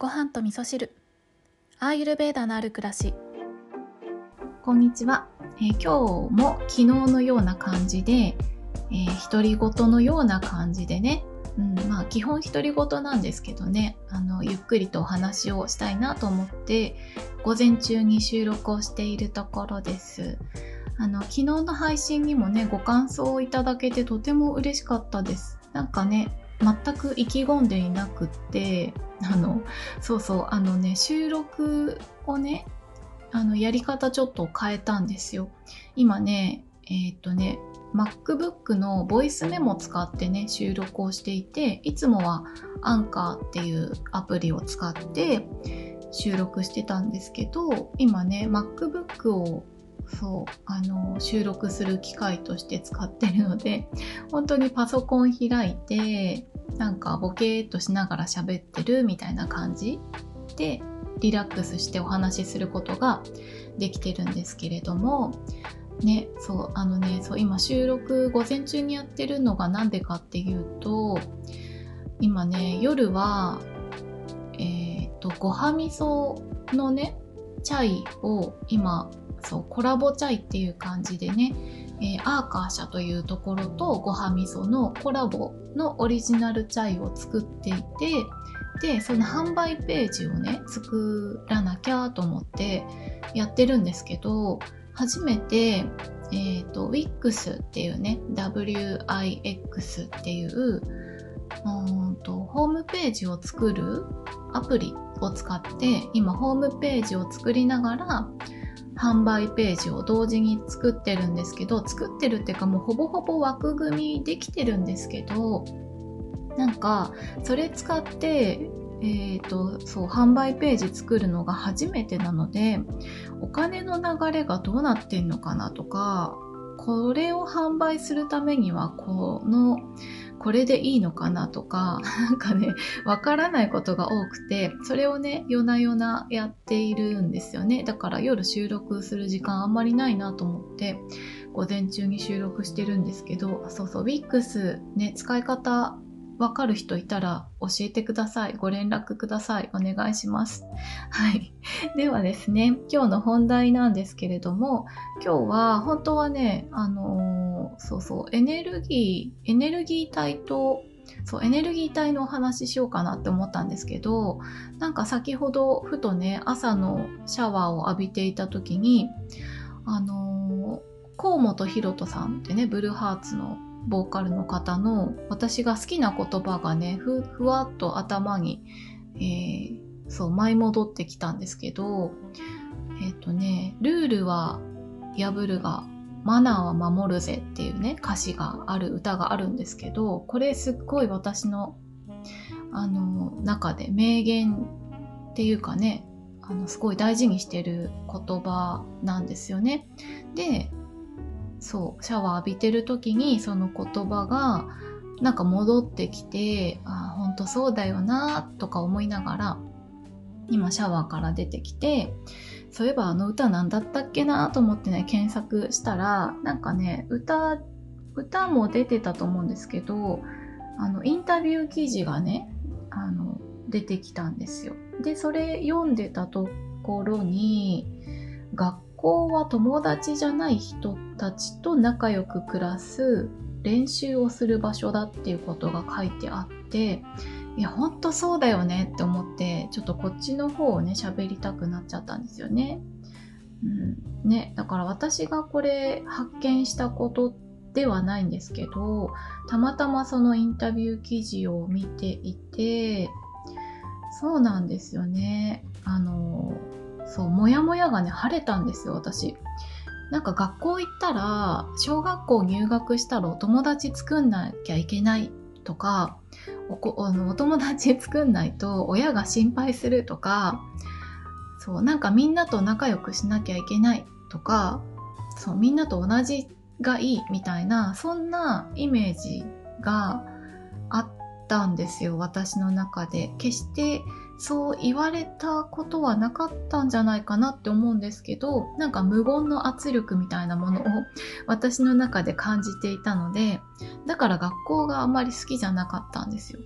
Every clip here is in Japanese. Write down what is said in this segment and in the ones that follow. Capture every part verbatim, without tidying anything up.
ご飯と味噌汁、アーユルヴェーダのある暮らし。こんにちは、えー、今日も昨日のような感じで、えー、独り言のような感じでね、うん、まあ基本独り言なんですけどね、あのゆっくりとお話をしたいなと思って午前中に収録をしているところです。あの昨日の配信にもねご感想をいただけてとても嬉しかったです。なんかね全く意気込んでいなくってあのそうそうあのね収録をねあのやり方ちょっと変えたんですよ。今ねえー、っとね MacBook のボイスメモを使ってね収録をしていて、いつもはアンカーっていうアプリを使って収録してたんですけど、今ね MacBook をそうあの収録する機械として使ってるので、本当にパソコン開いてなんかボケーっとしながら喋ってるみたいな感じでリラックスしてお話しすることができてるんですけれどもね、そうあのねそう今収録午前中にやってるのがなんでかっていうと、今ね夜はえっとごは味噌のねチャイを今そうコラボチャイっていう感じでね、えー、アーカー社というところとごは味噌のコラボのオリジナルチャイを作っていて、でその販売ページをね作らなきゃと思ってやってるんですけど、初めて、えーと、ウィックス っていうね ダブリューアイエックス っていううーんとホームページを作るアプリを使って今ホームページを作りながら販売ページを同時に作ってるんですけど、作ってるっていうかもうほぼほぼ枠組みできてるんですけど、なんかそれ使ってえーと、そう販売ページ作るのが初めてなので、お金の流れがどうなってんのかなとか、これを販売するためにはこのこれでいいのかなとか、なんかねわからないことが多くて、それをね夜な夜なやっているんですよね。だから夜収録する時間あんまりないなと思って午前中に収録してるんですけど、そうそう ウィックス ね使い方わかる人いたら教えてください。ご連絡ください。お願いします。はい。ではですね、今日の本題なんですけれども、今日は本当はね、あのー、そうそう、エネルギー、エネルギー体と、そう、エネルギー体のお話ししようかなって思ったんですけど、なんか先ほどふとね、朝のシャワーを浴びていた時に、あのー、河本大翔さんってね、ブルーハーツのボーカルの方の私が好きな言葉がね ふ, ふわっと頭に、えー、そう舞い戻ってきたんですけど、えっとねルールは破るがマナーは守るぜっていうね歌詞がある歌があるんですけど、これすっごい私のあの中で名言っていうかね、あのすごい大事にしてる言葉なんですよね。でそうシャワー浴びてる時にその言葉がなんか戻ってきて、あ本当そうだよなとか思いながら今シャワーから出てきて、そういえばあの歌なんだったっけなと思ってね検索したら、なんかね歌歌も出てたと思うんですけど、あのインタビュー記事がねあの出てきたんですよ。でそれ読んでたところに、学校は友達じゃない人たちと仲良く暮らす練習をする場所だっていうことが書いてあって、いやほんとそうだよねって思って、ちょっとこっちの方をね喋りたくなっちゃったんですよね。うん、ねだから私がこれ発見したことではないんですけど、たまたまそのインタビュー記事を見ていて、そうなんですよね。あのそうモヤモヤがね晴れたんですよ私。なんか学校行ったら、小学校入学したらお友達作んなきゃいけないとか、おこあのお友達作んないと親が心配するとか、そうなんかみんなと仲良くしなきゃいけないとか、そうみんなと同じがいいみたいな、そんなイメージがあったんですよ私の中で。決してそう言われたことはなかったんじゃないかなって思うんですけど、なんか無言の圧力みたいなものを私の中で感じていたので、だから学校があんまり好きじゃなかったんですよ。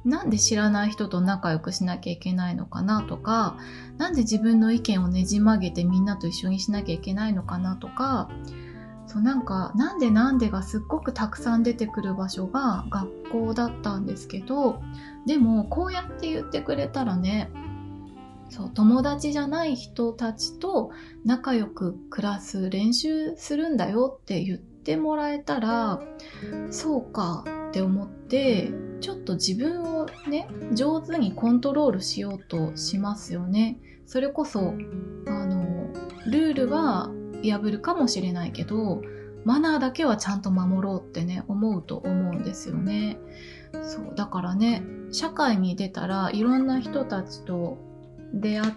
なんで知らない人と仲良くしなきゃいけないのかなとか、なんで自分の意見をねじ曲げてみんなと一緒にしなきゃいけないのかなとか、そうなんかなんでなんでがすっごくたくさん出てくる場所が学校だったんですけど、でもこうやって言ってくれたらね、そう友達じゃない人たちと仲良く暮らす練習するんだよって言ってもらえたら、そうかって思って、ちょっと自分をね上手にコントロールしようとしますよね。それこそあのルールは破るかもしれないけど、マナーだけはちゃんと守ろうってね思うと思うんですよね。そうだからね、社会に出たらいろんな人たちと出会って、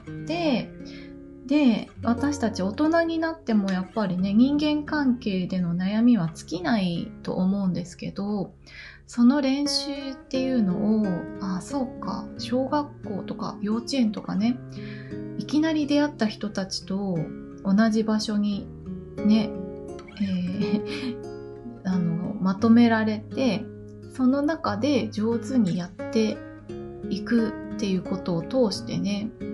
で私たち大人になってもやっぱりね人間関係での悩みは尽きないと思うんですけど、その練習っていうのを、あ、そうか、小学校とか幼稚園とかね、いきなり出会った人たちと同じ場所にね、えー、あのまとめられて、その中で上手にやっていくっていうことを通してね、うん、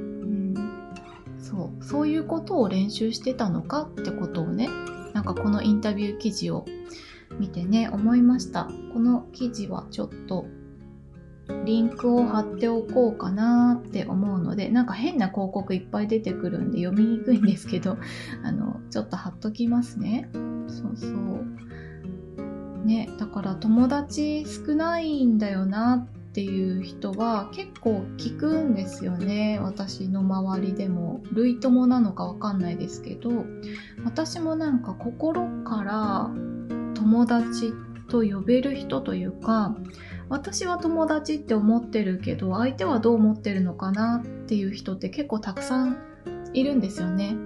そう、そういうことを練習してたのかってことをね、なんかこのインタビュー記事を見てね思いました。この記事はちょっとリンクを貼っておこうかなって思うので、なんか変な広告いっぱい出てくるんで読みにくいんですけど、あのちょっと貼っときますね。そうそうね、だから友達少ないんだよなっていう人は結構聞くんですよね。私の周りでも類友なのかわかんないですけど、私もなんか心から友達と呼べる人というか、私は友達って思ってるけど相手はどう思ってるのかなっていう人って結構たくさんいるんですよね。うん、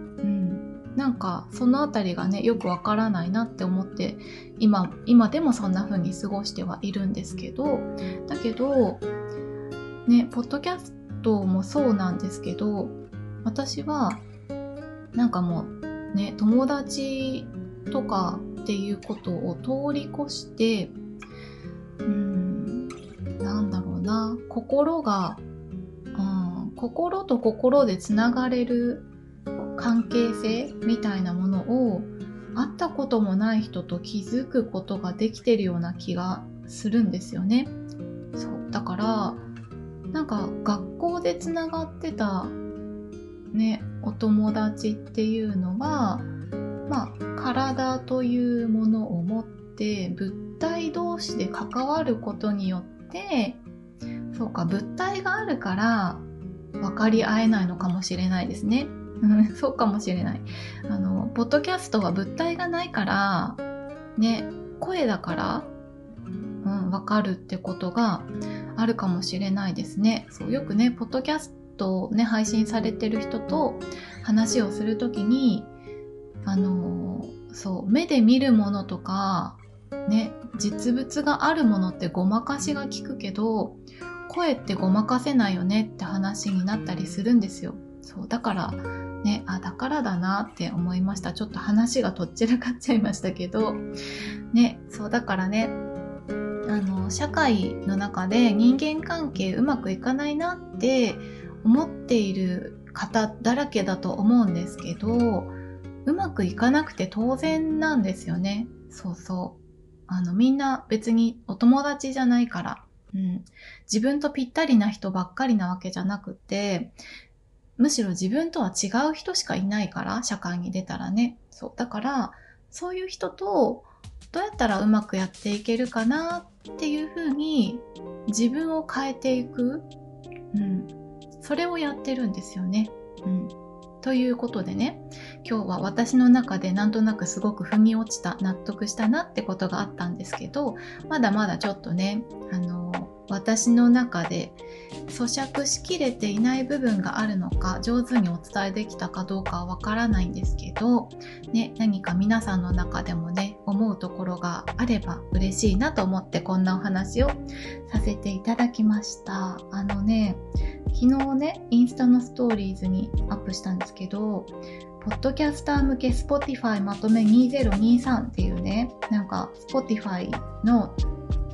なんかそのあたりがねよくわからないなって思って、今今でもそんな風に過ごしてはいるんですけど、だけどね、ポッドキャストもそうなんですけど、私はなんかもうね友達とかっていうことを通り越して、うーん、なんだろうな、心が、うん、心と心でつながれる関係性みたいなものを会ったこともない人と気づくことができてるような気がするんですよね。そうだからなんか学校でつながってたねお友達っていうのは、まあ、体というものを持って物体同士で関わることによって、そうか、物体があるから分かり合えないのかもしれないですね。そうかもしれない。あのポッドキャストは物体がないからね、声だから、うん、分かるってことがあるかもしれないですね。そう、よくねポッドキャストをね配信されてる人と話をするときに、あのそう目で見るものとかね、実物があるものってごまかしが効くけど、声ってごまかせないよねって話になったりするんですよ。そうだからね、あ、だからだなって思いました。ちょっと話がとっちらかっちゃいましたけどね、そうだからね、あの社会の中で人間関係うまくいかないなって思っている方だらけだと思うんですけど、うまくいかなくて当然なんですよね。そうそう、あのみんな別にお友達じゃないから、うん、自分とぴったりな人ばっかりなわけじゃなくて、むしろ自分とは違う人しかいないから、社会に出たらね。そうだからそういう人とどうやったらうまくやっていけるかなっていうふうに自分を変えていく、うん、それをやってるんですよね。うん、ということでね、今日は私の中でなんとなくすごく腑に落ちた、納得したなってことがあったんですけど、まだまだちょっとね、あの私の中で咀嚼しきれていない部分があるのか、上手にお伝えできたかどうかはわからないんですけど、ね、何か皆さんの中でもね、思うところがあれば嬉しいなと思ってこんなお話をさせていただきました。あのね、昨日ね、インスタのストーリーズにアップしたんですけど、ポッドキャスター向け Spotify まとめにせんにじゅうさんっていうね、なんか Spotify のあ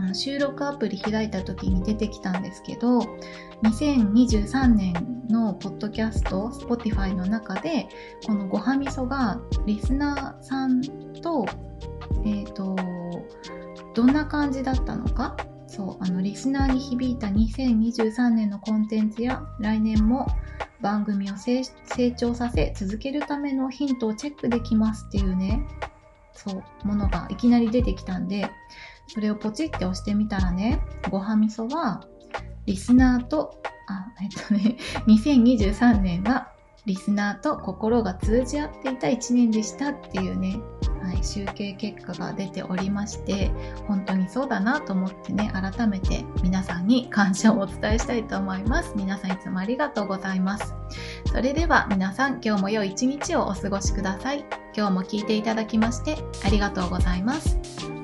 の収録アプリ開いた時に出てきたんですけど、にせんにじゅうさんねんのポッドキャスト Spotify の中でこのごはみそがリスナーさんとえっとどんな感じだったのか、そうあのリスナーに響いたにせんにじゅうさんねんのコンテンツや来年も番組を成長させ続けるためのヒントをチェックできますっていうね、そうものがいきなり出てきたんで、それをポチって押してみたらね、ごはみそはリスナーとあえっとねにせんにじゅうさんねんはリスナーと心が通じ合っていたいちねんでしたっていうね、はい、集計結果が出ておりまして、本当にそうだなと思ってね、改めて皆さんに感謝をお伝えしたいと思います。皆さんいつもありがとうございます。それでは皆さん、今日も良い一日をお過ごしください。今日も聞いていただきましてありがとうございます。